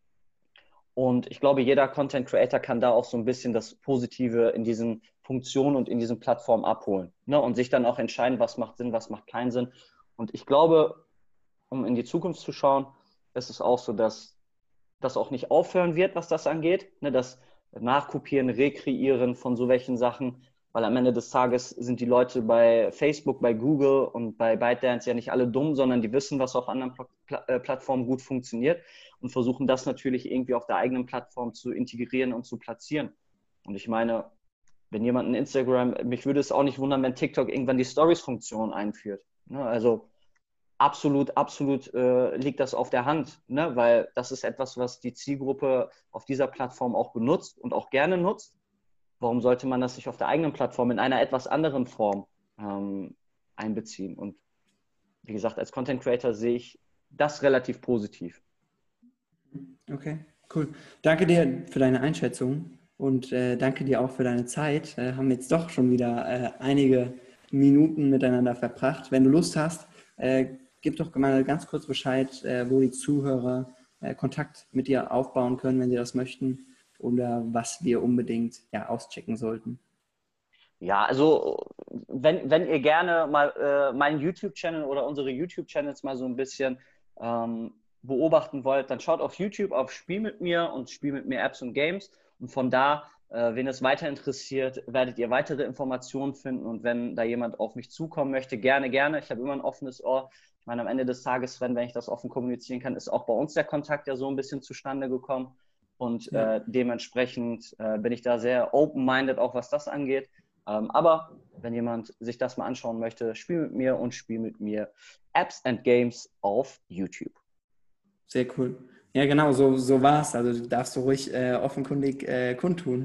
und ich glaube, jeder Content Creator kann da auch so ein bisschen das Positive in diesen Funktionen und in diesen Plattformen abholen, ne, und sich dann auch entscheiden, was macht Sinn, was macht keinen Sinn. Und ich glaube, um in die Zukunft zu schauen, ist es auch so, dass das auch nicht aufhören wird, was das angeht, ne, das Nachkopieren, Rekreieren von so welchen Sachen, weil am Ende des Tages sind die Leute bei Facebook, bei Google und bei ByteDance ja nicht alle dumm, sondern die wissen, was auf anderen Plattformen gut funktioniert und versuchen das natürlich irgendwie auf der eigenen Plattform zu integrieren und zu platzieren. Und ich meine, wenn jemand ein Instagram, mich würde es auch nicht wundern, wenn TikTok irgendwann die Stories-Funktion einführt. Ne? Also absolut liegt das auf der Hand, ne? Weil das ist etwas, was die Zielgruppe auf dieser Plattform auch benutzt und auch gerne nutzt. Warum sollte man das nicht auf der eigenen Plattform in einer etwas anderen Form einbeziehen? Und wie gesagt, als Content Creator sehe ich das relativ positiv. Okay, cool. Danke dir für deine Einschätzung und danke dir auch für deine Zeit. Haben jetzt doch schon wieder einige Minuten miteinander verbracht. Wenn du Lust hast, gib doch mal ganz kurz Bescheid, wo die Zuhörer Kontakt mit dir aufbauen können, wenn sie das möchten, oder was wir unbedingt auschecken sollten. Ja, also wenn ihr gerne mal meinen YouTube-Channel oder unsere YouTube-Channels mal so ein bisschen beobachten wollt, dann schaut auf YouTube auf Spiel mit mir und Spiel mit mir Apps und Games. Und von da, wen es weiter interessiert, werdet ihr weitere Informationen finden. Und wenn da jemand auf mich zukommen möchte, gerne, gerne. Ich habe immer ein offenes Ohr. Ich meine, am Ende des Tages, wenn ich das offen kommunizieren kann, ist auch bei uns der Kontakt ja so ein bisschen zustande gekommen. Und dementsprechend bin ich da sehr open-minded, auch was das angeht. Aber wenn jemand sich das mal anschauen möchte, Spiel mit mir und Spiel mit mir Apps and Games auf YouTube. Sehr cool. Ja, genau, so war es. Also du darfst so ruhig offenkundig kundtun.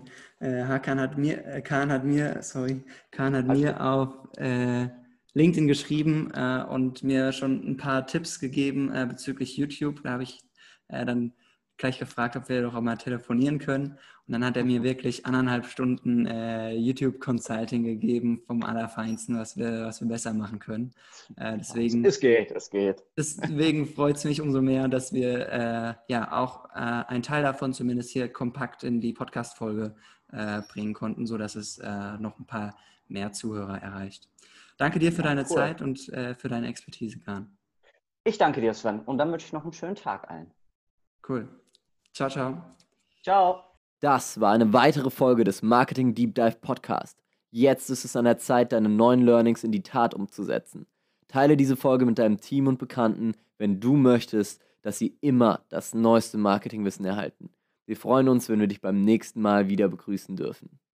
Kahn hat Alles gut. mir auf LinkedIn geschrieben und mir schon ein paar Tipps gegeben bezüglich YouTube. Da habe ich dann gleich gefragt, ob wir doch auch mal telefonieren können. Und dann hat er mir wirklich 1,5 Stunden YouTube-Consulting gegeben vom Allerfeinsten, was wir besser machen können. Deswegen. Es geht. Deswegen freut es mich umso mehr, dass wir ja auch einen Teil davon zumindest hier kompakt in die Podcast-Folge bringen konnten, sodass es noch ein paar mehr Zuhörer erreicht. Danke dir für Ja, deine cool. Zeit und für deine Expertise, Kahn. Ich danke dir, Sven. Und dann wünsche ich noch einen schönen Tag allen. Cool. Ciao, ciao. Ciao. Das war eine weitere Folge des Marketing Deep Dive Podcast. Jetzt ist es an der Zeit, deine neuen Learnings in die Tat umzusetzen. Teile diese Folge mit deinem Team und Bekannten, wenn du möchtest, dass sie immer das neueste Marketingwissen erhalten. Wir freuen uns, wenn wir dich beim nächsten Mal wieder begrüßen dürfen.